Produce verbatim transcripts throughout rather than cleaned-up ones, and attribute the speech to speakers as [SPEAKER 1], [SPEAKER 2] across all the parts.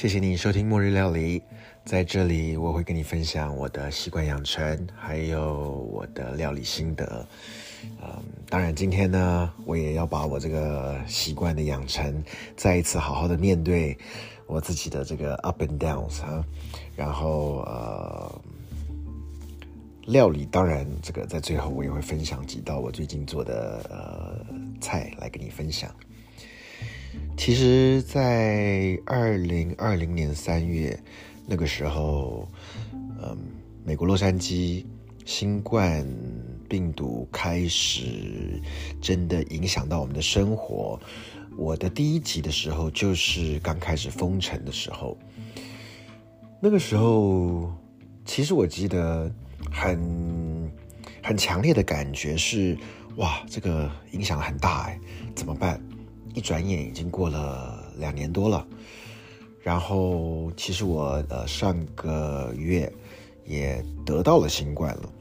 [SPEAKER 1] 谢谢你收听末日料理，在这里我会跟你分享我的习惯养成，还有我的料理心得。嗯，当然今天呢，我也要把我这个习惯的养成再一次好好的面对我自己的这个 up and downs 啊，然后呃，料理当然这个在最后我也会分享几道我最近做的呃菜来跟你分享。其实在二零二零年三月那个时候，嗯，美国洛杉矶新冠病毒开始真的影响到我们的生活。我的第一集的时候就是刚开始封城的时候，那个时候其实我记得很很强烈的感觉是，哇，这个影响很大哎，怎么办？一转眼已经过了两年多了，然后其实我呃上个月也得到了新冠了。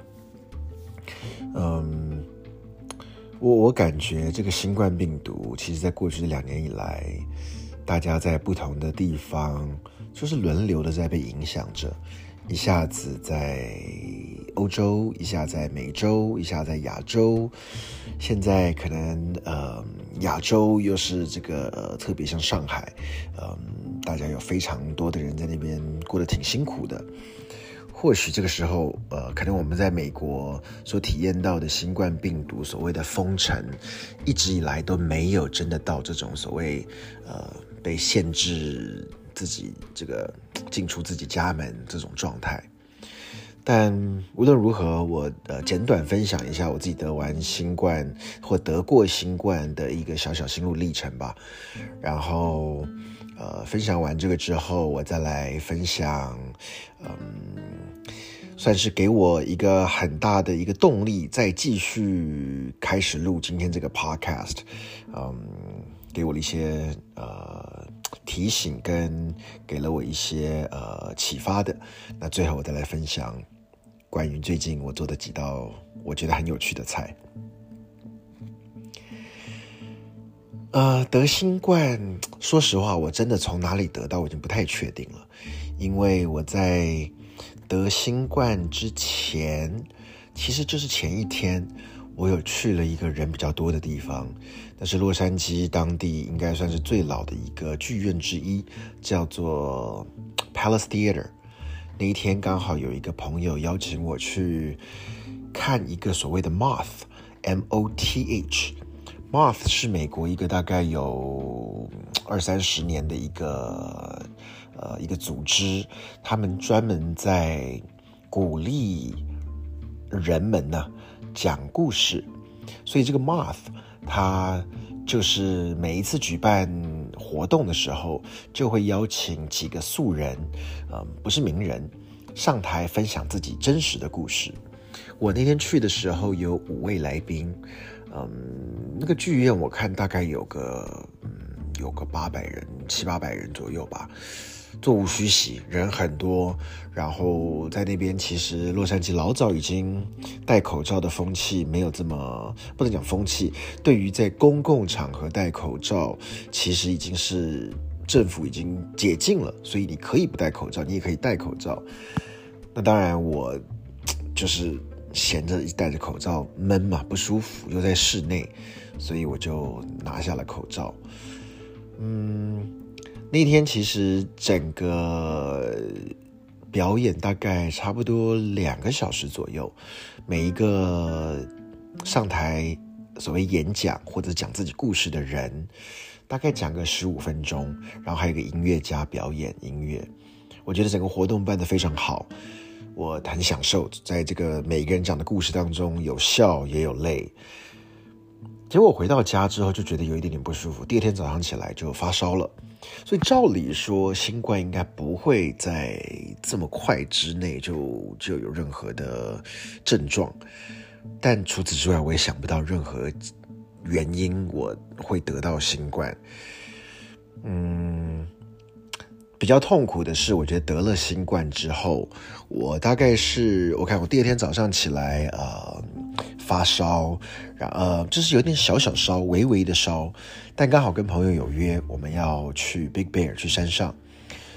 [SPEAKER 1] 嗯，我我感觉这个新冠病毒，其实在过去的两年以来，大家在不同的地方就是轮流的在被影响着，一下子在欧洲，一下在美洲，一下在亚洲，现在可能呃亚洲又是这个呃特别像上海，嗯，大家有非常多的人在那边过得挺辛苦的。或许这个时候，呃，可能我们在美国所体验到的新冠病毒所谓的封城，一直以来都没有真的到这种所谓呃被限制自己这个进出自己家门这种状态。但无论如何，我呃简短分享一下我自己得完新冠或得过新冠的一个小小心路历程吧。然后呃分享完这个之后，我再来分享，嗯，算是给我一个很大的一个动力，再继续开始录今天这个 podcast， 嗯，给我了一些呃提醒，跟给了我一些呃启发的。那最后我再来分享关于最近我做的几道我觉得很有趣的菜。呃，得新冠，说实话，我真的从哪里得到，我已经不太确定了。因为我在得新冠之前，其实就是前一天，我有去了一个人比较多的地方，那是洛杉矶当地应该算是最老的一个剧院之一，叫做 Palace Theater。那一天刚好有一个朋友邀请我去看一个所谓的 Moth M O T H。Moth 是美国一个大概有二三十年的一个呃一个组织，他们专门在鼓励人们呢讲故事，所以这个 Moth 它就是每一次举办活动的时候，就会邀请几个素人，嗯，不是名人，上台分享自己真实的故事。我那天去的时候有五位来宾，嗯，那个剧院我看大概有个嗯有个八百人七八百人左右吧，座无虚席，人很多。然后在那边其实洛杉矶老早已经戴口罩的风气没有这么，不能讲风气，对于在公共场合戴口罩其实已经是政府已经解禁了，所以你可以不戴口罩，你也可以戴口罩。那当然我就是闲着戴着口罩闷嘛，不舒服，又在室内，所以我就拿下了口罩。嗯，那天其实整个表演大概差不多两个小时左右，每一个上台所谓演讲或者讲自己故事的人，大概讲个十五分钟，然后还有一个音乐家表演音乐。我觉得整个活动办得非常好，我很享受在这个每个人讲的故事当中有笑也有泪。结果我回到家之后就觉得有一点点不舒服，第二天早上起来就发烧了。所以照理说新冠应该不会在这么快之内就就有任何的症状，但除此之外我也想不到任何原因我会得到新冠。嗯，比较痛苦的是，我觉得得了新冠之后，我大概是我看我第二天早上起来，呃，发烧，然呃，就是有点小小烧，微微的烧，但刚好跟朋友有约，我们要去 Big Bear 去山上，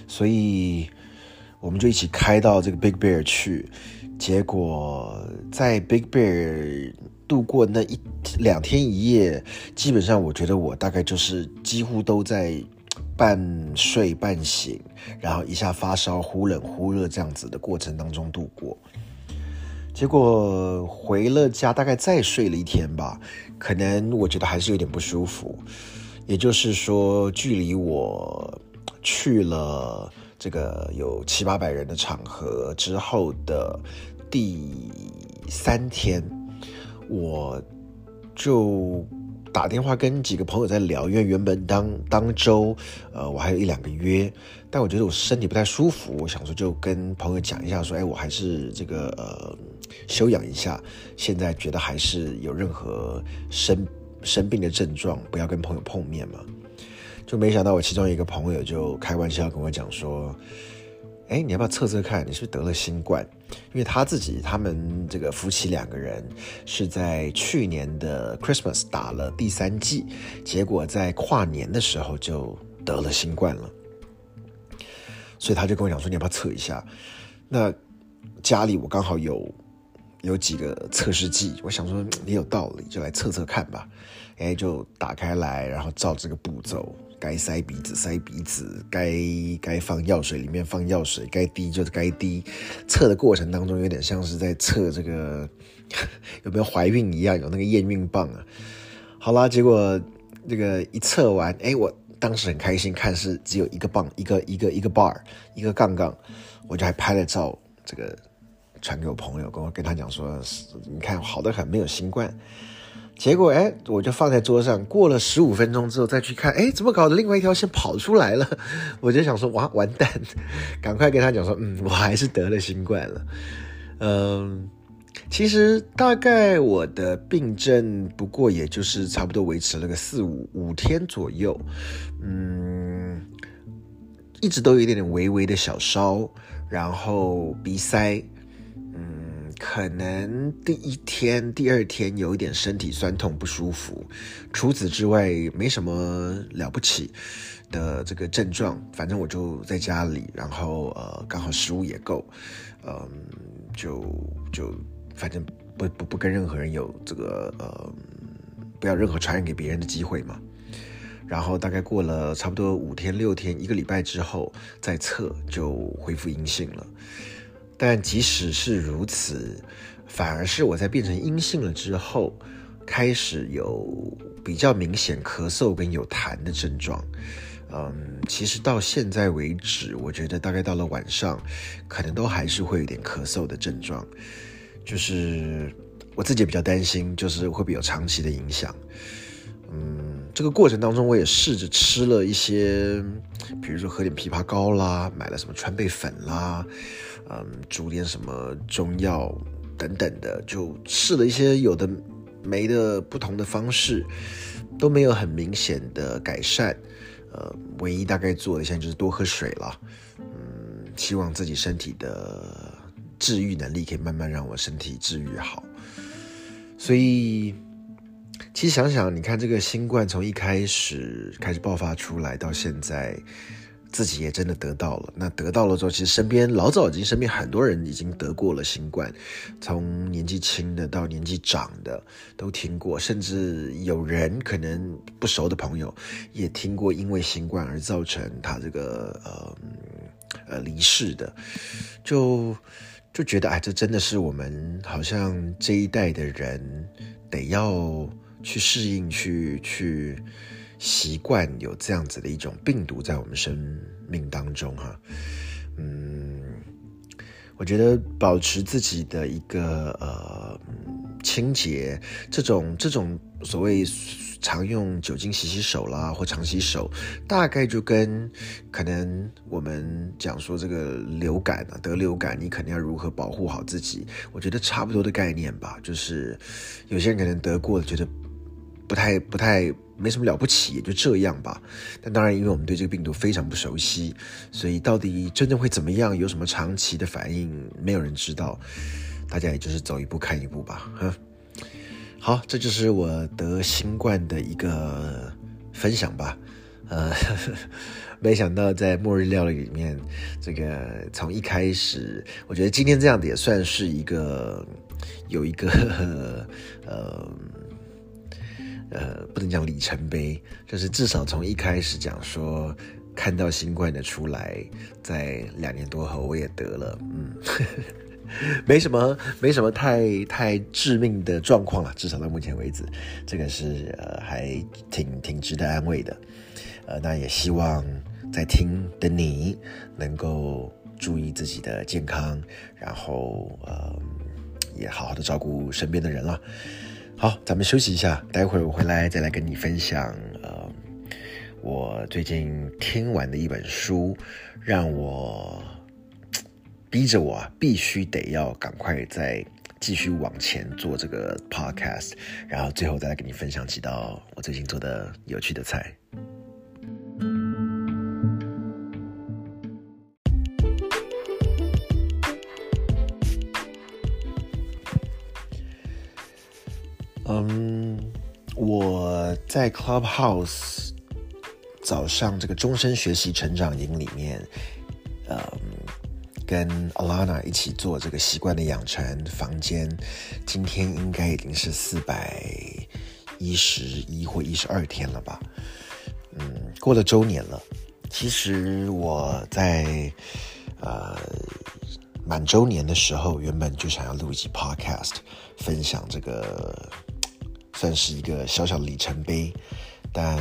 [SPEAKER 1] 所以我们就一起开到这个 Big Bear 去。结果在 Big Bear 度过那一两天一夜，基本上我觉得我大概就是几乎都在半睡半醒，然后一下发烧忽冷忽热这样子的过程当中度过。结果回了家大概再睡了一天吧，可能我觉得还是有点不舒服，也就是说距离我去了这个有七八百人的场合之后的第三天，我就打电话跟几个朋友在聊，因为原本当当周呃我还有一两个约，但我觉得我身体不太舒服，我想说就跟朋友讲一下说，哎，我还是这个呃休养一下，现在觉得还是有任何生生病的症状，不要跟朋友碰面嘛。就没想到我其中一个朋友就开玩笑跟我讲说，哎，你要不要测测看，你是不是得了新冠？因为他自己他们这个夫妻两个人是在去年的 Christmas 打了第三剂，结果在跨年的时候就得了新冠了，所以他就跟我讲说，你要不要测一下？那家里我刚好有有几个测试剂，我想说也有道理，就来测测看吧。哎，就打开来，然后照这个步骤，该塞鼻子塞鼻子，该该放药水里面放药水，该滴就是该滴。测的过程当中有点像是在测这个有没有怀孕一样，有那个验孕棒啊。好啦，结果这个一测完，哎，我当时很开心，看是只有一个棒，一个一个一个 bar， 一个杠杠，我就还拍了照，这个传给我朋友，跟我跟他讲说，你看好得很，没有新冠。结果哎，我就放在桌上，过了十五分钟之后再去看，哎，怎么搞的？另外一条线跑出来了，我就想说，哇，完蛋，赶快跟他讲说，嗯，我还是得了新冠了。嗯，其实大概我的病症不过也就是差不多维持了个四五五天左右，嗯，一直都有一点点微微的小烧，然后鼻塞。可能第一天、第二天有一点身体酸痛不舒服，除此之外没什么了不起的这个症状。反正我就在家里，然后呃刚好食物也够，嗯，就就反正不不不跟任何人有这个呃不要任何传染给别人的机会嘛。然后大概过了差不多五天、六天、一个礼拜之后再测就恢复阴性了。但即使是如此，反而是我在变成阴性了之后，开始有比较明显咳嗽跟有痰的症状。嗯，其实到现在为止，我觉得大概到了晚上，可能都还是会有点咳嗽的症状。就是我自己也比较担心，就是会不会有长期的影响。嗯，这个过程当中，我也试着吃了一些，比如说喝点枇杷膏啦，买了什么川贝粉啦，嗯，煮点什么中药等等的，就试了一些有的没的不同的方式，都没有很明显的改善。呃，唯一大概做的现在就是多喝水了，嗯，希望自己身体的治愈能力可以慢慢让我身体治愈好。所以其实想想，你看这个新冠从一开始开始爆发出来到现在，自己也真的得到了。那得到了之后，其实身边老早已经身边很多人已经得过了新冠，从年纪轻的到年纪长的都听过，甚至有人可能不熟的朋友也听过因为新冠而造成他这个呃呃离世的，就就觉得哎，这真的是我们好像这一代的人得要去适应，去去习惯有这样子的一种病毒在我们生命当中哈。嗯，我觉得保持自己的一个呃清洁，这种这种所谓常用酒精洗洗手啦，或常洗手，大概就跟可能我们讲说这个流感啊，得流感你肯定要如何保护好自己，我觉得差不多的概念吧。就是有些人可能得过了，觉得不太不太没什么了不起，也就这样吧。但当然因为我们对这个病毒非常不熟悉，所以到底真正会怎么样，有什么长期的反应，没有人知道，大家也就是走一步看一步吧。好，这就是我得新冠的一个分享吧。 呃，呵呵没想到在末日料理里面，这个从一开始，我觉得今天这样子也算是一个有一个呃呃，不能讲里程碑，就是至少从一开始讲说看到新冠的出来，在两年多后我也得了，嗯。没什么，没什么太太致命的状况了，至少到目前为止，这个是呃还挺挺值得安慰的，呃，那也希望在听的你能够注意自己的健康，然后呃也好好的照顾身边的人了。好，咱们休息一下，待会儿我回来再来跟你分享，呃，我最近听完的一本书，让我。逼着我啊，必须得要赶快再继续往前做这个 podcast， 然后最后再来跟你分享几道我最近做的有趣的菜。嗯，我在 Clubhouse 早上这个终身学习成长营里面，嗯。跟 Alana 一起做这个习惯的养成房间，今天应该已经是四百一十一或一十二天了吧，嗯，过了周年了。其实我在呃满周年的时候，原本就想要录一集 podcast， 分享这个算是一个小小的里程碑，但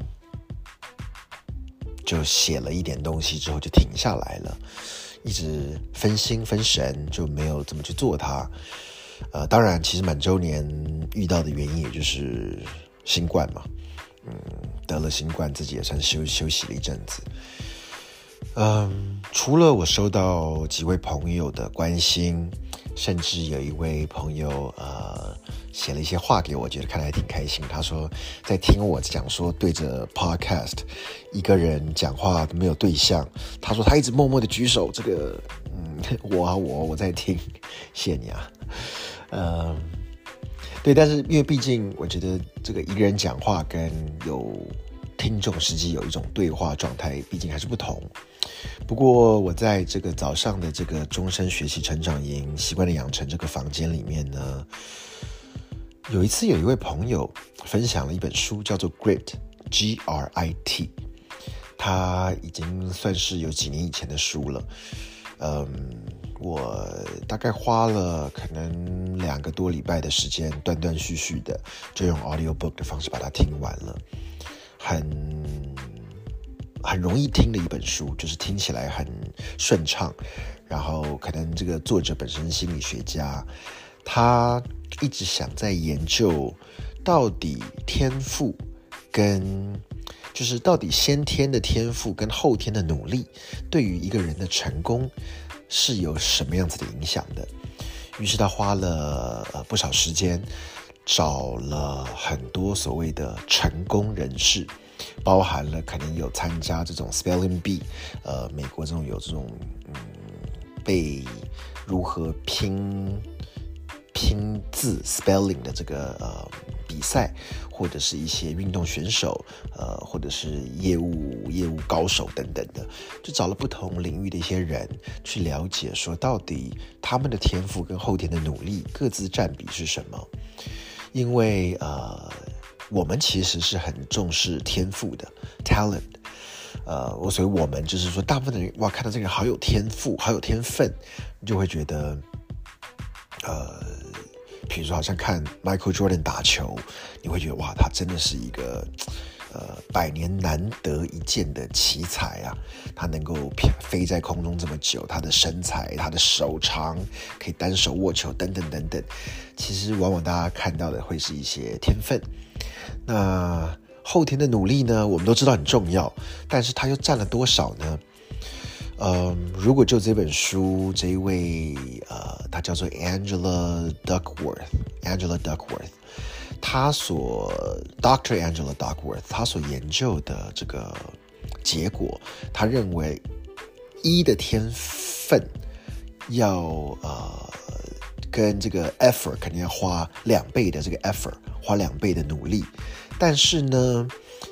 [SPEAKER 1] 就写了一点东西之后就停下来了。一直分心分神，就没有怎么去做它。呃，当然，其实满周年遇到的原因，也就是新冠嘛。嗯，得了新冠，自己也算休休息了一阵子。嗯，除了我收到几位朋友的关心，甚至有一位朋友呃写了一些话给我，觉得看得还挺开心。他说在听我讲说对着 podcast 一个人讲话都没有对象，他说他一直默默的举手，这个嗯我啊我我在听，谢谢你啊。嗯，对，但是因为毕竟我觉得这个一个人讲话跟有听众实际有一种对话状态，毕竟还是不同。不过我在这个早上的这个终身学习成长营习惯的养成这个房间里面呢，有一次有一位朋友分享了一本书，叫做 Grit G R I T， 它已经算是有几年以前的书了。嗯，我大概花了可能两个多礼拜的时间，断断续续的就用 audiobook 的方式把它听完了，很很容易听的一本书，就是听起来很顺畅，然后可能这个作者本身是心理学家，他一直想在研究到底天赋跟就是到底先天的天赋跟后天的努力对于一个人的成功是有什么样子的影响的。于是他花了、呃、不少时间，找了很多所谓的成功人士，包含了可能有参加这种 Spelling Bee， 呃，美国这种有这种嗯被如何拼拼字 spelling 的这个呃比赛，或者是一些运动选手，呃，或者是业务业务高手等等的，就找了不同领域的一些人去了解，说到底他们的天赋跟后天的努力各自占比是什么？因为呃，我们其实是很重视天赋的 talent， 呃，我所以我们就是说，大部分的人哇，看到这个人好有天赋，好有天分，你就会觉得，呃。比如说好像看 Michael Jordan 打球，你会觉得哇，他真的是一个呃百年难得一见的奇才啊！他能够飞在空中这么久，他的身材，他的手长，可以单手握球等等等等。其实往往大家看到的会是一些天分，那后天的努力呢，我们都知道很重要，但是他又占了多少呢？嗯，如果就这本书，这一位呃，他叫做 Angela Duckworth，Angela Duckworth， 他所 Doctor Angela Duckworth， 他所研究的这个结果，他认为一的天分要呃跟这个 effort 肯定要花两倍的这个 effort， 花两倍的努力，但是呢，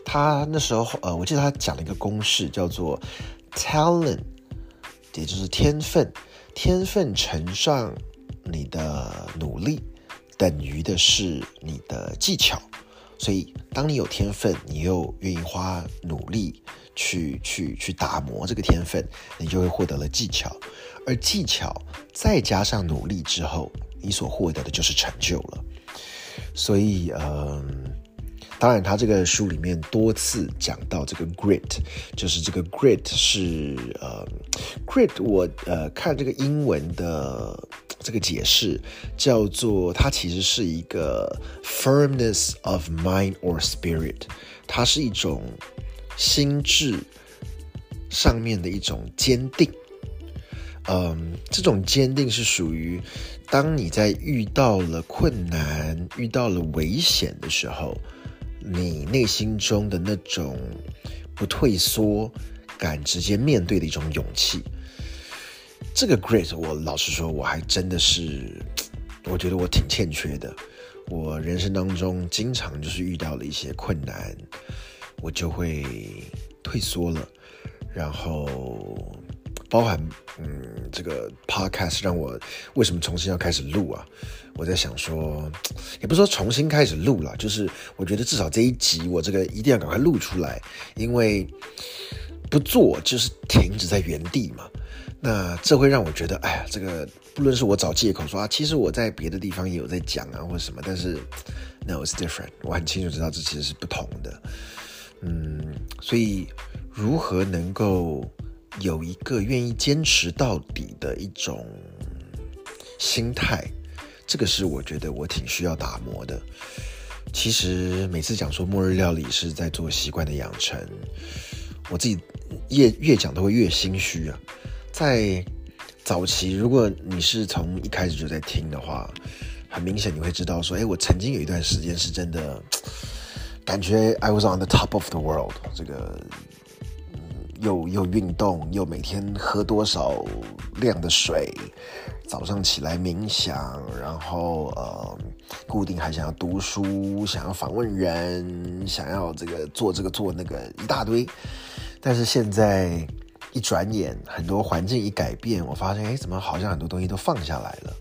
[SPEAKER 1] 他那时候呃，我记得他讲了一个公式，叫做 talent， 也就是天分，天分乘上你的努力，等于的是你的技巧。所以当你有天分，你又愿意花努力去去去打磨这个天分，你就会获得了技巧，而技巧再加上努力之后，你所获得的就是成就了。所以嗯，当然他这个书里面多次讲到这个 grit， 就是这个 grit 是呃 grit 我呃看这个英文的这个解释叫做，它其实是一个 firmness of mind or spirit， 它是一种心智上面的一种坚定。嗯，这种坚定是属于当你在遇到了困难、遇到了危险的时候，你内心中的那种不退缩、敢直接面对的一种勇气。这个 grit 我老实说我还真的是我觉得我挺欠缺的。我人生当中经常就是遇到了一些困难，我就会退缩了，然后包含嗯这个 podcast 让我为什么重新要开始录啊，我在想说也不是说重新开始录啦，就是我觉得至少这一集我这个一定要赶快录出来，因为不做就是停止在原地嘛。那这会让我觉得，哎呀，这个不论是我找借口说啊，其实我在别的地方也有在讲啊，或者什么，但是 no it's different， 我很清楚知道这其实是不同的。嗯，所以如何能够有一个愿意坚持到底的一种心态，这个是我觉得我挺需要打磨的。其实每次讲说末日料理是在做习惯的养成，我自己越越讲都会越心虚啊。在早期，如果你是从一开始就在听的话，很明显你会知道说，哎，我曾经有一段时间是真的感觉 I was on the top of the world， 这个、嗯、又又运动，又每天喝多少量的水，早上起来冥想，然后呃，固定还想要读书，想要访问人，想要这个做这个做那个一大堆，但是现在一转眼，很多环境一改变，我发现，哎，怎么好像很多东西都放下来了？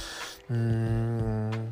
[SPEAKER 1] 嗯，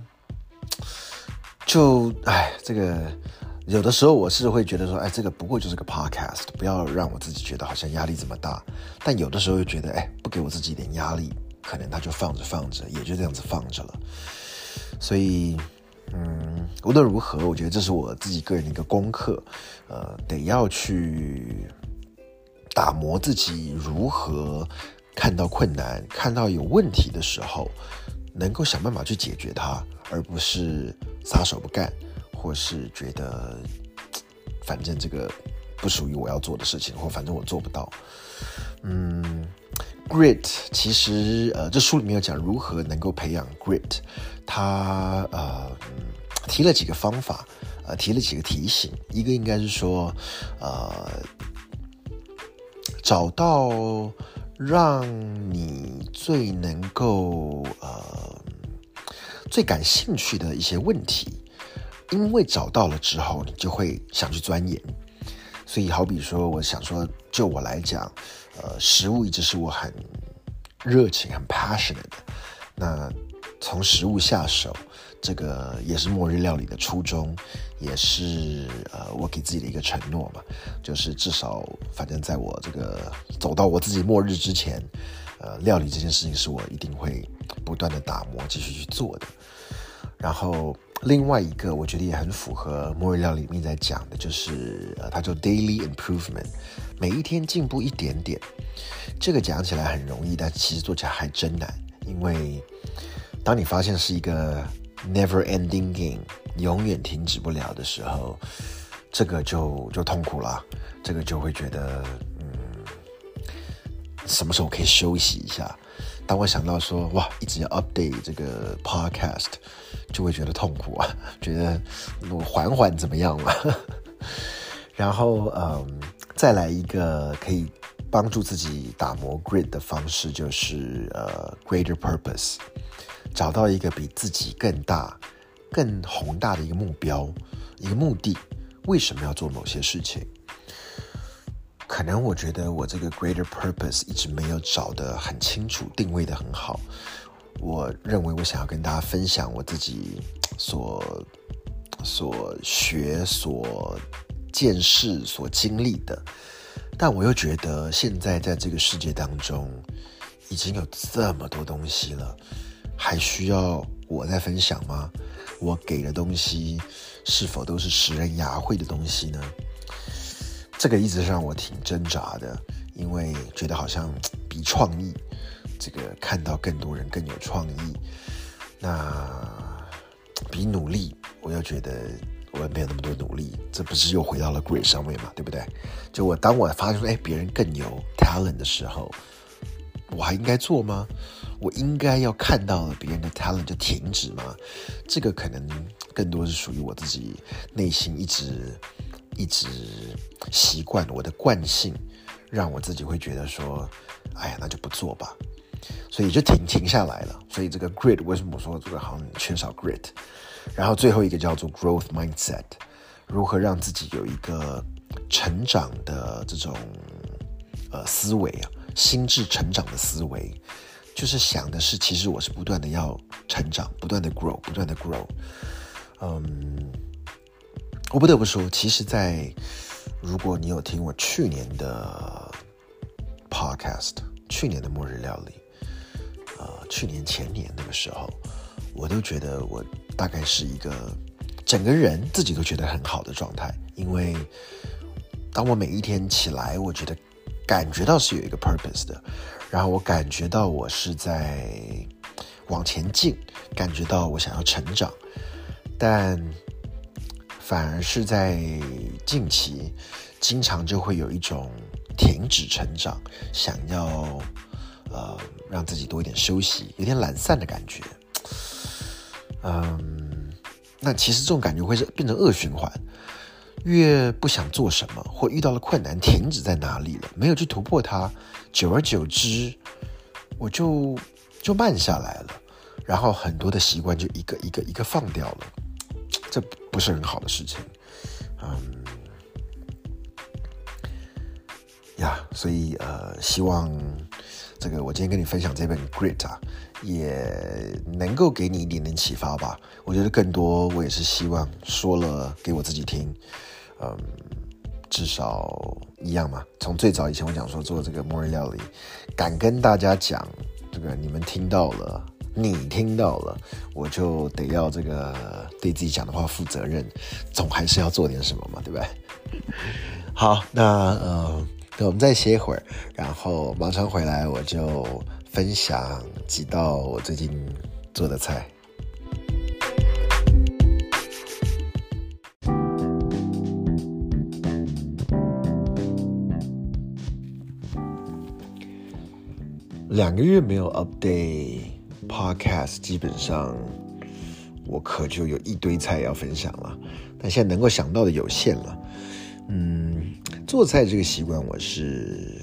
[SPEAKER 1] 就，哎，这个有的时候我是会觉得说，哎，这个不过就是个 podcast， 不要让我自己觉得好像压力这么大。但有的时候又觉得，哎，不给我自己一点压力，可能它就放着放着，也就这样子放着了。所以，嗯，无论如何，我觉得这是我自己个人的一个功课，呃，得要去打磨自己如何看到困难、看到有问题的时候，能够想办法去解决它，而不是撒手不干，或是觉得反正这个不属于我要做的事情，或反正我做不到。嗯 ，grit 其实呃，这书里面有讲如何能够培养 grit， 它呃、嗯、提了几个方法，呃，提了几个提醒，一个应该是说呃。找到让你最能够呃最感兴趣的一些问题，因为找到了之后，你就会想去钻研。所以好比说，我想说，就我来讲，呃，食物一直是我很热情、很 passionate 的。那从食物下手，这个也是末日料理的初衷，也是呃我给自己的一个承诺嘛，就是至少反正在我这个走到我自己末日之前，呃，料理这件事情是我一定会不断的打磨、继续去做的。然后另外一个我觉得也很符合末日料理里面在讲的，就是呃，它叫 daily improvement， 每一天进步一点点。这个讲起来很容易，但其实做起来还真难，因为当你发现是一个 never ending game， 永远停止不了的时候，这个就就痛苦了，这个就会觉得嗯，什么时候可以休息一下。当我想到说哇，一直要 update 这个 podcast， 就会觉得痛苦啊，觉得我缓缓怎么样嘛。然后嗯，再来一个可以帮助自己打磨 grit 的方式，就是呃 greater purpose， 找到一个比自己更大、更宏大的一个目标、一个目的， 为什么要做某些事情。可能我觉得我这个 greater purpose 一直没有找得很清楚，定位得很好。我认为我想要跟大家分享我自己所所学、所见识、所经历的，但我又觉得现在在这个世界当中已经有这么多东西了，还需要我在分享吗？我给的东西是否都是食人牙慧的东西呢？这个一直让我挺挣扎的，因为觉得好像比创意，这个看到更多人更有创意，那比努力，我又觉得我没有那么多努力，这不是又回到了 grit 上面嘛，对不对？就我当我发现说，哎，别人更有 talent 的时候，我还应该做吗？我应该要看到了别人的 talent 就停止吗？这个可能更多是属于我自己内心一直一直习惯我的惯性，让我自己会觉得说，哎呀，那就不做吧。所以就停停下来了。所以这个 grit 为什么我说这个好像缺少 grit？ 然后最后一个叫做 growth mindset， 如何让自己有一个成长的这种呃思维啊，心智成长的思维，就是想的是，其实我是不断的要成长，不断的 grow， 不断的 grow。嗯，我不得不说，其实在如果你有听我去年的 podcast， 去年的末日料理，呃，去年前年那个时候，我都觉得我大概是一个整个人自己都觉得很好的状态，因为当我每一天起来，我觉得感觉到是有一个 purpose 的，然后我感觉到我是在往前进，感觉到我想要成长，但反而是在近期经常就会有一种停止成长，想要呃让自己多一点休息，有点懒散的感觉。嗯，那其实这种感觉会是变成恶循环，越不想做什么，或遇到了困难停止在哪里了，没有去突破它，久而久之我就就慢下来了，然后很多的习惯就一个一个一个放掉了，这不是很好的事情。嗯呀，所以呃，希望这个我今天跟你分享这本 Grit 啊，也能够给你一点点启发吧。我觉得更多我也是希望说了给我自己听，嗯，至少一样嘛。从最早以前我讲说做这个末日料理，敢跟大家讲这个，你们听到了，你听到了，我就得要这个对自己讲的话负责任，总还是要做点什么嘛，对不对？好，那呃。那我们再歇一会儿，然后马上回来我就分享几道我最近做的菜。两个月没有 update podcast， 基本上我可就有一堆菜要分享了，但现在能够想到的有限了。嗯，做菜这个习惯我是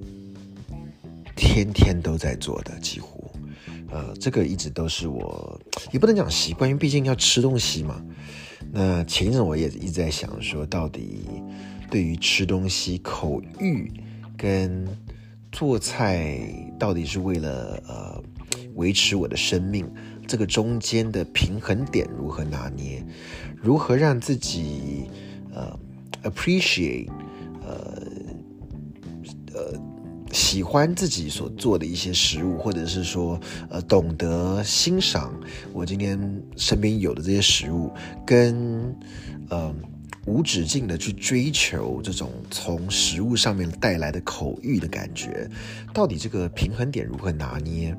[SPEAKER 1] 天天都在做的，几乎，呃，这个一直都是我，也不能讲习惯，因为毕竟要吃东西嘛。那前一阵我也一直在想说，到底对于吃东西、口欲跟做菜，到底是为了呃维持我的生命，这个中间的平衡点如何拿捏？如何让自己呃。appreciate 呃呃喜欢自己所做的一些食物，或者是说呃懂得欣赏我今天身边有的这些食物，跟呃无止境的去追求这种从食物上面带来的口欲的感觉，到底这个平衡点如何拿捏？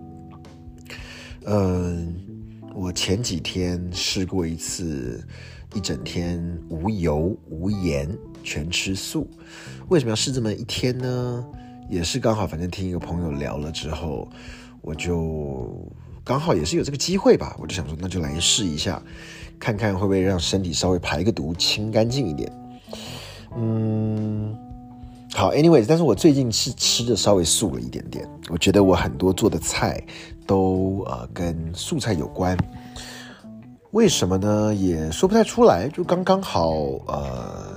[SPEAKER 1] 嗯、呃，我前几天试过一次。一整天无油无盐全吃素，为什么要试这么一天呢？也是刚好反正听一个朋友聊了之后，我就刚好也是有这个机会吧，我就想说那就来试一下，看看会不会让身体稍微排个毒清干净一点。嗯，好 anyways， 但是我最近是吃的稍微素了一点点，我觉得我很多做的菜都呃跟素菜有关。 为什么呢？也说不太出来，就刚刚好，呃，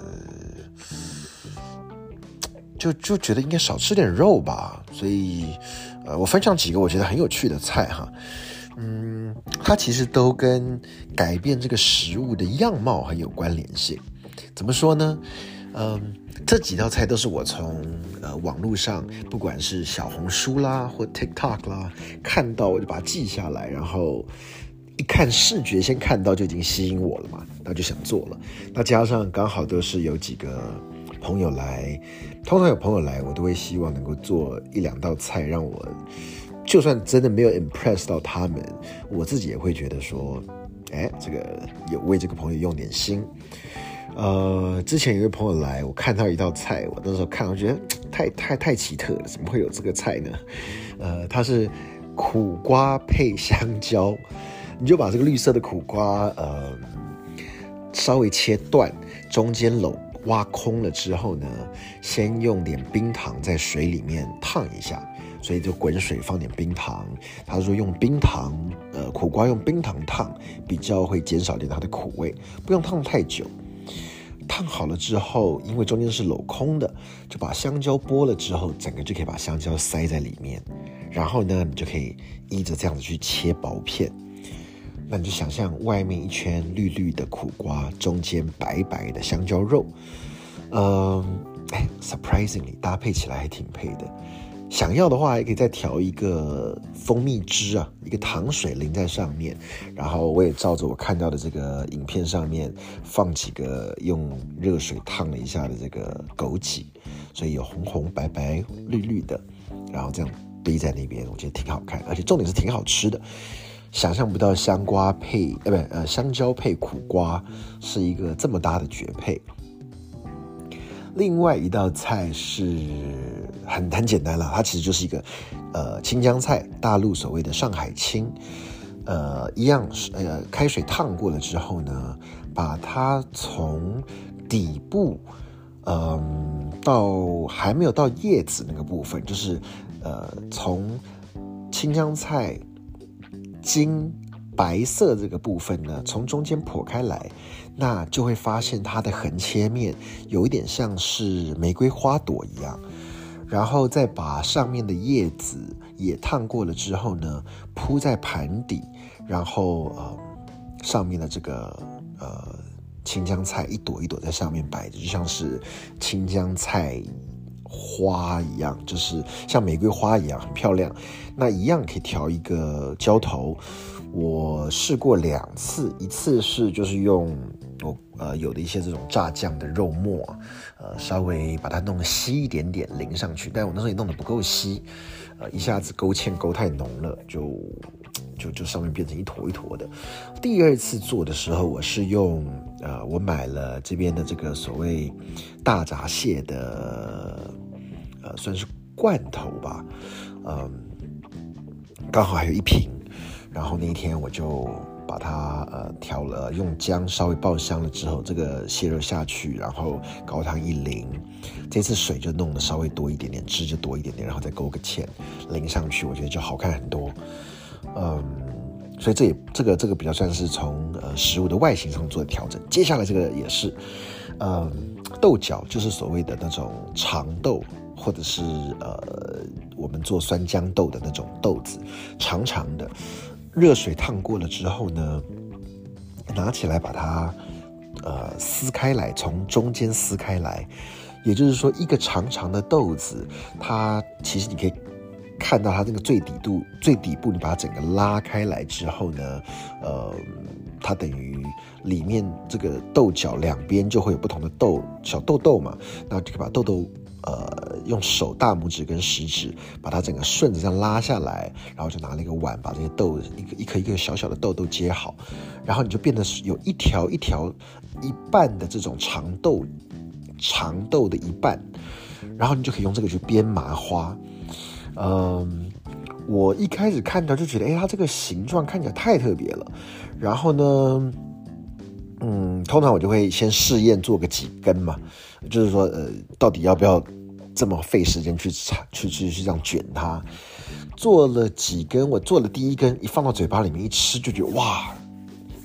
[SPEAKER 1] 就就觉得应该少吃点肉吧。所以，呃，我分享几个我觉得很有趣的菜哈。嗯，它其实都跟改变这个食物的样貌很有关联性。怎么说呢？嗯，这几道菜都是我从呃网络上，不管是小红书啦或 TikTok 啦看到，我就把它记下来，然后一看视觉先看到就已经吸引我了嘛，那就想做了。那加上刚好都是有几个朋友来，通常有朋友来，我都会希望能够做一两道菜，让我就算真的没有 impress 到他们，我自己也会觉得说，哎，这个有为这个朋友用点心。呃，之前有一个朋友来，我看到一道菜，我那时候看到觉得太太太奇特了，怎么会有这个菜呢？呃，它是苦瓜配香蕉，你就把这个绿色的苦瓜，呃，稍微切断，中间篓挖空了之后呢，先用点冰糖在水里面烫一下，所以就滚水放点冰糖。他说用冰糖，呃，苦瓜用冰糖烫比较会减少点它的苦味，不用烫太久。烫好了之后，因为中间是镂空的，就把香蕉剥了之后，整个就可以把香蕉塞在里面。然后呢，你就可以依着这样子去切薄片。那你就想象外面一圈绿绿的苦瓜，中间白白的香蕉肉，呃，哎 ，surprisingly 搭配起来还挺配的。想要的话，还可以再调一个蜂蜜汁啊，一个糖水淋在上面。然后我也照着我看到的这个影片上面放几个用热水烫了一下的这个枸杞，所以有红红白白绿绿的，然后这样堆在那边，我觉得挺好看，而且重点是挺好吃的。想象不到香瓜配呃不呃香蕉配苦瓜是一个这么搭的绝配。另外一道菜是很很简单啦，它其实就是一个呃青江菜，大陆所谓的上海青，呃一样呃开水烫过了之后呢，把它从底部嗯、呃、到还没有到叶子那个部分，就是呃从青江菜金白色这个部分呢，从中间剖开来，那就会发现它的横切面有一点像是玫瑰花朵一样，然后再把上面的叶子也烫过了之后呢，铺在盘底，然后呃上面的这个呃青江菜一朵一朵在上面摆着，就像是青江菜花一样，就是像玫瑰花一样很漂亮。那一样可以调一个浇头，我试过两次，一次是就是用我呃有的一些这种炸酱的肉末，呃稍微把它弄得稀一点点淋上去，但我那时候也弄得不够稀，呃一下子勾芡勾太浓了，就就就上面变成一坨一坨的。第二次做的时候，我是用呃我买了这边的这个所谓大闸蟹的呃算是罐头吧，嗯，刚好还有一瓶。然后那一天我就把它呃调了，用姜稍微爆香了之后，这个蟹肉下去，然后高汤一淋，这次水就弄得稍微多一点点，汁就多一点点，然后再勾个芡淋上去，我觉得就好看很多。嗯，所以这也这个这个比较算是从呃食物的外形上做的调整。接下来这个也是，嗯，豆角就是所谓的那种长豆，或者是呃我们做酸豇豆的那种豆子，长长的。热水烫过了之后呢，拿起来把它呃撕开来，从中间撕开来，也就是说一个长长的豆子，它其实你可以看到它那个最底部最底部，你把它整个拉开来之后呢，呃，它等于里面这个豆角两边就会有不同的豆小豆豆嘛，那就可以把豆豆呃，用手大拇指跟食指把它整个顺着这样拉下来，然后就拿了一个碗把这些豆一个一颗一颗小小的豆豆接好，然后你就变得有一条一条一半的这种长豆长豆的一半，然后你就可以用这个去编麻花。嗯，我一开始看到就觉得，哎，它这个形状看起来太特别了。然后呢，嗯，通常我就会先试验做个几根嘛，就是说，呃，到底要不要这么费时间去去去去这样卷它？做了几根，我做了第一根，一放到嘴巴里面一吃，就觉得哇，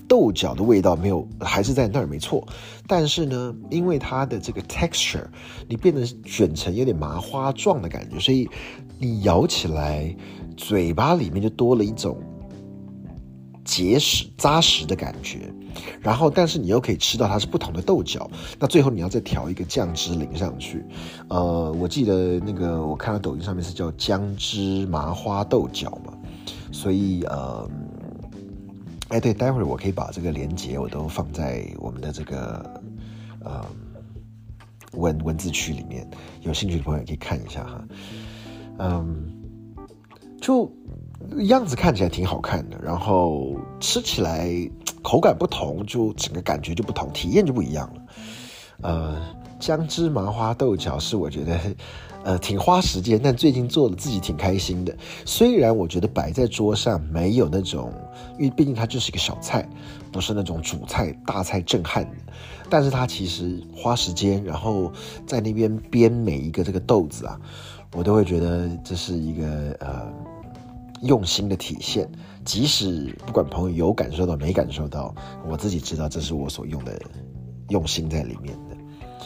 [SPEAKER 1] 豆角的味道没有，还是在那儿没错，但是呢，因为它的这个 texture， 你变得卷成有点麻花状的感觉，所以你咬起来，嘴巴里面就多了一种结实扎实的感觉。然后，但是你又可以吃到它是不同的豆角，那最后你要再调一个酱汁淋上去。呃，我记得那个我看到抖音上面是叫姜汁麻花豆角嘛，所以呃，哎对，待会儿我可以把这个连结我都放在我们的这个呃文文字区里面，有兴趣的朋友也可以看一下哈。嗯，就样子看起来挺好看的，然后吃起来口感不同，就整个感觉就不同，体验就不一样了。呃，姜汁麻花豆角是我觉得呃挺花时间，但最近做的自己挺开心的。虽然我觉得摆在桌上没有那种，因为毕竟它就是一个小菜，不是那种主菜大菜震撼的，但是它其实花时间，然后在那边煸每一个这个豆子啊，我都会觉得这是一个呃用心的体现。即使不管朋友有感受到没感受到，我自己知道这是我所用的用心在里面的。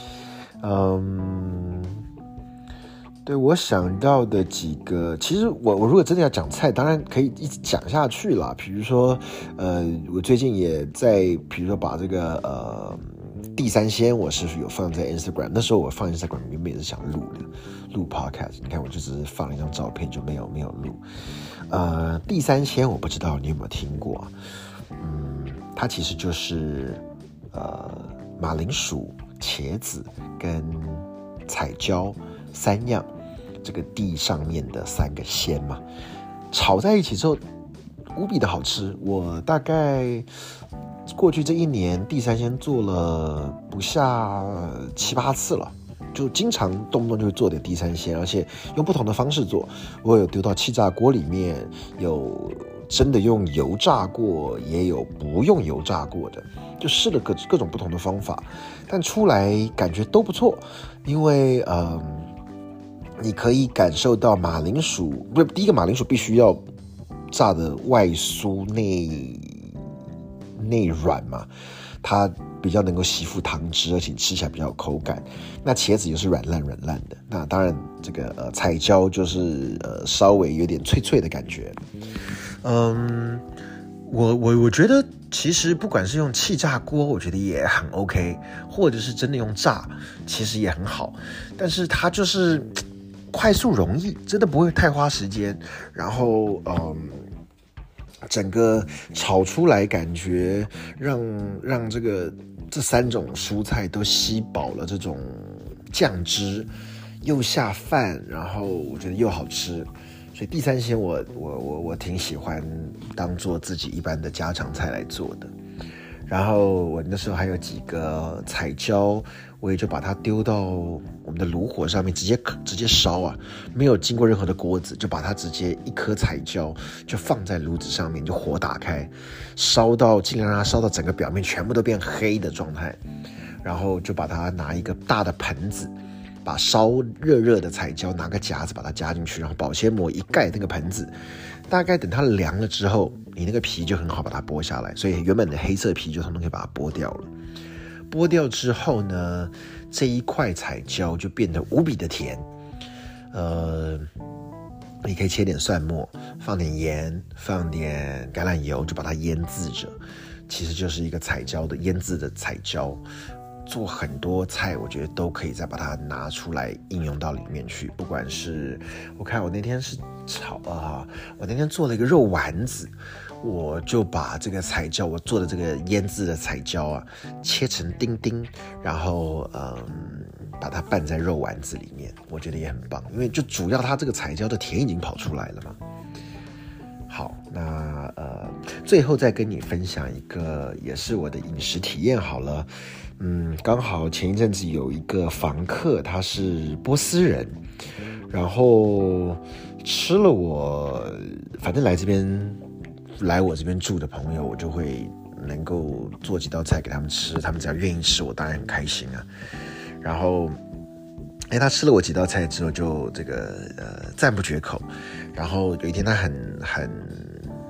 [SPEAKER 1] 嗯，对，我想到的几个，其实我我如果真的要讲菜，当然可以一直讲下去啦。比如说，呃，我最近也在，比如说把这个呃地三鲜，我是有放在 Instagram。那时候我放 Instagram 原本也是想录的，录 podcast。你看，我就只是放了一张照片，就没有没有录。呃，地三鲜我不知道你有没有听过，嗯，它其实就是呃马铃薯、茄子跟彩椒三样，这个地上面的三个鲜嘛，炒在一起之后无比的好吃。我大概过去这一年地三鲜做了不下七八次了。就经常动不动就会做点地三鲜，而且用不同的方式做。我有丢到气炸锅里面，有真的用油炸过，也有不用油炸过的，就试了各各种不同的方法，但出来感觉都不错。因为呃，你可以感受到马铃薯，不是第一个马铃薯必须要炸的外酥内内软嘛，它比较能够吸附汤汁，而且吃起来比较有口感。那茄子又是软烂软烂的，那当然这个呃彩椒就是呃稍微有点脆脆的感觉。嗯，我我我觉得其实不管是用气炸锅，我觉得也很 OK， 或者是真的用炸，其实也很好。但是它就是快速容易，真的不会太花时间。然后嗯。整个炒出来感觉让让这个这三种蔬菜都吸饱了这种酱汁，又下饭，然后我觉得又好吃，所以地三鲜我我我我挺喜欢当做自己一般的家常菜来做的。然后我那时候还有几个彩椒，我也就把它丢到我们的炉火上面，直接直接烧啊，没有经过任何的锅子，就把它直接一颗彩椒就放在炉子上面，就火打开，烧到尽量让它烧到整个表面全部都变黑的状态，然后就把它拿一个大的盆子，把烧热热的彩椒拿个夹子把它夹进去，然后保鲜膜一盖那个盆子，大概等它凉了之后，你那个皮就很好把它剥下来，所以原本的黑色皮就统统可以把它剥掉了。剥掉之后呢，这一块彩椒就变得无比的甜。呃，你可以切点蒜末，放点盐，放点橄榄油，就把它腌制着。其实就是一个彩椒的腌制的彩椒。做很多菜我觉得都可以再把它拿出来应用到里面去，不管是我看我那天是炒啊，我那天做了一个肉丸子，我就把这个彩椒我做的这个腌制的彩椒啊切成丁丁，然后嗯把它拌在肉丸子里面，我觉得也很棒，因为就主要它这个彩椒的甜已经跑出来了嘛。好，那呃，最后再跟你分享一个，也是我的饮食体验好了。嗯，刚好前一阵子有一个房客，他是波斯人，然后吃了我，反正来这边来我这边住的朋友，我就会能够做几道菜给他们吃，他们只要愿意吃，我当然很开心啊。然后。哎，他吃了我几道菜之后，就这个呃赞不绝口。然后有一天他很很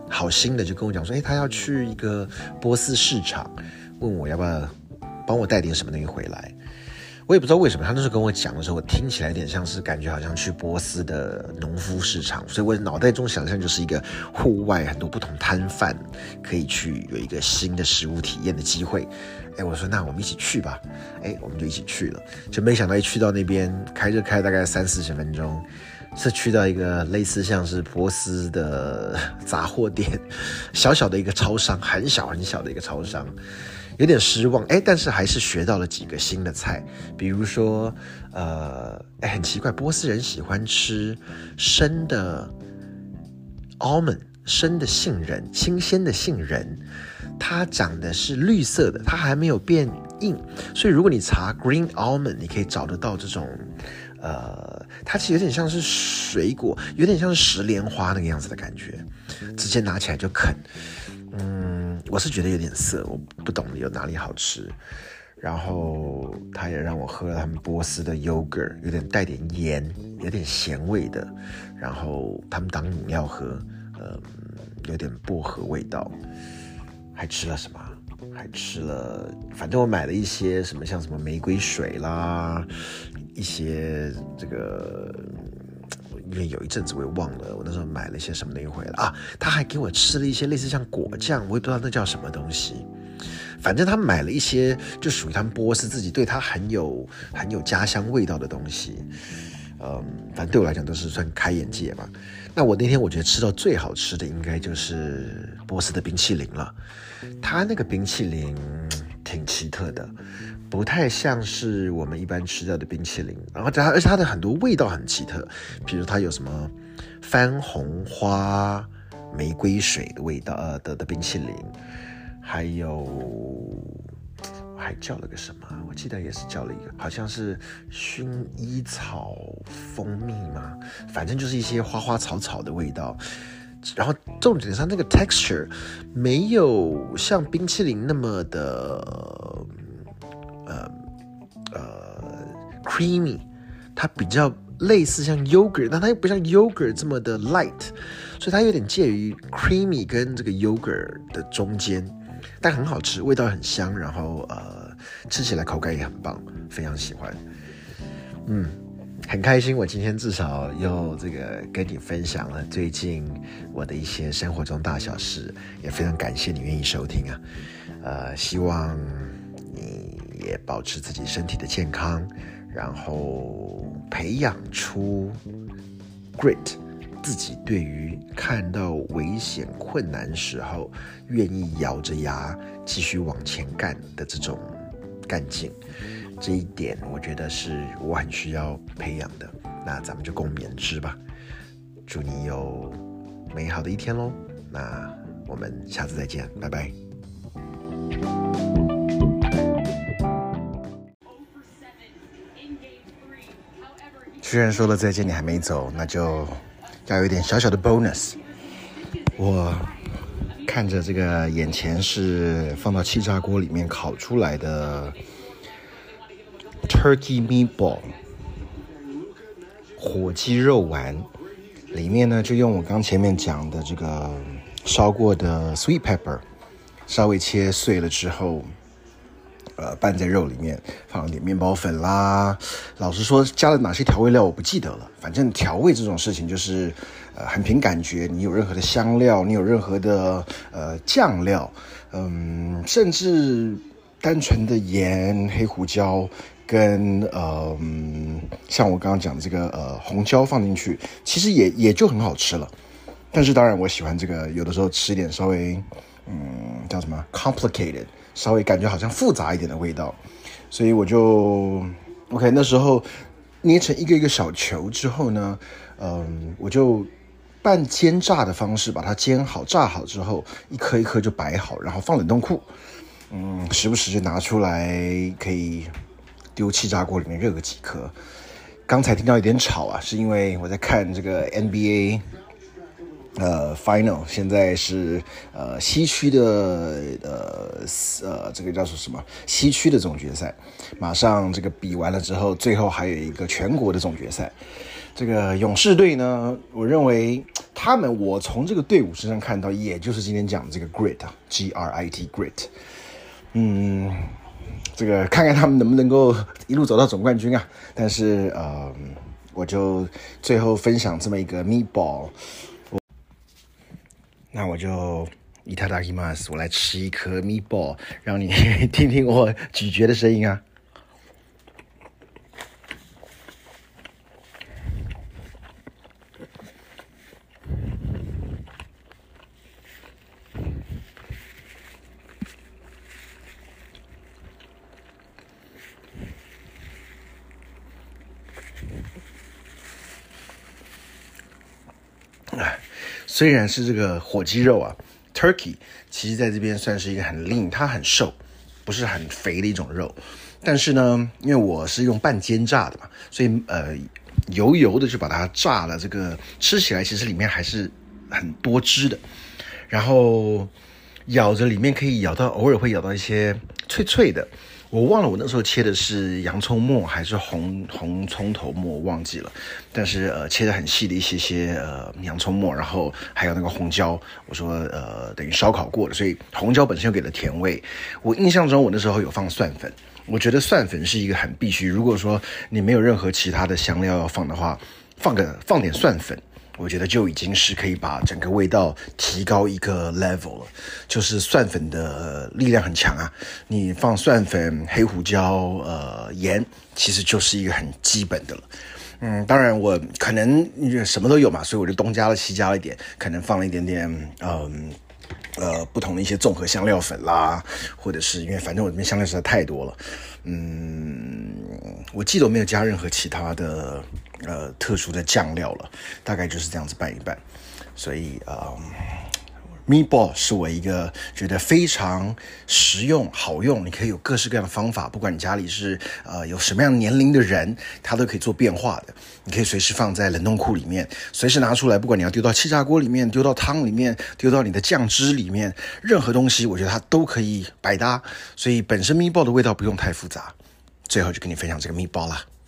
[SPEAKER 1] 好心的就跟我讲说，哎，他要去一个波斯市场，问我要不要帮我带点什么东西回来。我也不知道为什么，他那时候跟我讲的时候，我听起来有点像是感觉好像去波斯的农夫市场，所以我脑袋中想象就是一个户外很多不同摊贩可以去有一个新的食物体验的机会。哎，我说那我们一起去吧，哎，我们就一起去了，就没想到一去到那边，开车开大概三四十分钟，是去到一个类似像是波斯的杂货店，小小的一个超商，很小很小的一个超商。有点失望，哎，但是还是学到了几个新的菜，比如说，呃，哎，很奇怪，波斯人喜欢吃生的 almond， 生的杏仁，新鲜的杏仁，它长的是绿色的，它还没有变硬，所以如果你查 green almond， 你可以找得到这种，呃，它其实有点像是水果，有点像是石莲花那个样子的感觉，直接拿起来就啃。嗯，我是觉得有点涩，我不懂有哪里好吃。然后他也让我喝了他们波斯的 yogurt， 有点带点盐，有点咸味的。然后他们当饮料喝，嗯，有点薄荷味道。还吃了什么？还吃了，反正我买了一些什么像什么玫瑰水啦，一些这个。因为有一阵子我也忘了，我那时候买了一些什么东西回来啊，他还给我吃了一些类似像果酱，我也不知道那叫什么东西。反正他买了一些就属于他们波斯自己对他很有很有家乡味道的东西，嗯，反正对我来讲都是算开眼界吧。那我那天我觉得吃到最好吃的应该就是波斯的冰淇淋了，他那个冰淇淋挺奇特的。不太像是我们一般吃到的冰淇淋，然后它而且它的很多味道很奇特，比如它有什么番红花玫瑰水的味道呃 的, 的冰淇淋，还有我还叫了个什么，我记得也是叫了一个，好像是薰衣草蜂蜜嘛，反正就是一些花花草草的味道。然后重点上那个 texture 没有像冰淇淋那么的呃呃 creamy， 它比较类似像 yogurt， 但它又不像 yogurt 这么的 light， 所以它有点介于 creamy 跟这个 yogurt 的中间，但很好吃，味道很香，然后呃吃起来口感也很棒，非常喜欢。嗯，很开心，我今天至少又这个跟你分享了最近我的一些生活中大小事，也非常感谢你愿意收听啊。呃，希望你也保持自己身体的健康，然后培养出 grit， 自己对于看到危险困难时候愿意咬着牙继续往前干的这种干劲。这一点我觉得是我很需要培养的，那咱们就共勉之吧。祝你有美好的一天咯，那我们下次再见，拜拜。居然说了再见你还没走，那就要有一点小小的 bonus。 我看着这个眼前是放到气炸锅里面烤出来的 turkey meatball 火鸡肉丸，里面呢就用我刚前面讲的这个烧过的 sweet pepper 稍微切碎了之后呃，拌在肉里面，放了点面包粉啦。老实说，加了哪些调味料我不记得了。反正调味这种事情就是，呃，很凭感觉。你有任何的香料，你有任何的呃酱料，嗯，甚至单纯的盐、黑胡椒跟呃，像我刚刚讲的这个呃红椒放进去，其实也也就很好吃了。但是当然，我喜欢这个，有的时候吃一点稍微嗯叫什么 complicated。稍微感觉好像复杂一点的味道，所以我就 OK。那时候捏成一个一个小球之后呢，嗯，我就半煎炸的方式把它煎好、炸好之后，一颗一颗就摆好，然后放冷冻库。嗯，时不时就拿出来，可以丢气炸锅里面热个几颗。刚才听到一点吵啊，是因为我在看这个 N B A 呃 final 现在是呃西区的呃呃这个叫做什么西区的总决赛，马上这个比完了之后，最后还有一个全国的总决赛。这个勇士队呢，我认为他们我从这个队伍身上看到，也就是今天讲的这个 grit 啊 G R I T grit， 嗯，这个看看他们能不能够一路走到总冠军啊。但是呃，我就最后分享这么一个 meatball。那我就いただきます，我来吃一颗 meatball， 让你听听我咀嚼的声音啊。虽然是这个火鸡肉啊 turkey， 其实在这边算是一个很 lean， 它很瘦，不是很肥的一种肉。但是呢，因为我是用半煎炸的嘛，所以呃油油的就把它炸了，这个吃起来其实里面还是很多汁的。然后咬着里面可以咬到，偶尔会咬到一些脆脆的。我忘了我那时候切的是洋葱末还是红红葱头末，我忘记了。但是呃切得很细的一些些呃洋葱末，然后还有那个红椒，我说呃等于烧烤过的，所以红椒本身又给了甜味。我印象中我那时候有放蒜粉，我觉得蒜粉是一个很必须，如果说你没有任何其他的香料要放的话，放个放点蒜粉。我觉得就已经是可以把整个味道提高一个 level 了，就是蒜粉的力量很强啊，你放蒜粉、黑胡椒、呃盐，其实就是一个很基本的了。嗯，当然我可能什么都有嘛，所以我就东加了西加了一点，可能放了一点点嗯呃不同的一些综合香料粉啦，或者是因为反正我这边香料实在太多了，嗯，我记得我没有加任何其他的呃特殊的酱料了，大概就是这样子拌一拌。所以呃 meatball 是我一个觉得非常实用好用，你可以有各式各样的方法，不管你家里是呃有什么样年龄的人，它都可以做变化的。你可以随时放在冷冻库里面，随时拿出来，不管你要丢到气炸锅里面，丢到汤里面，丢到你的酱汁里面，任何东西我觉得它都可以百搭。所以本身 meatball 的味道不用太复杂。最后就跟你分享这个 meatball 啦。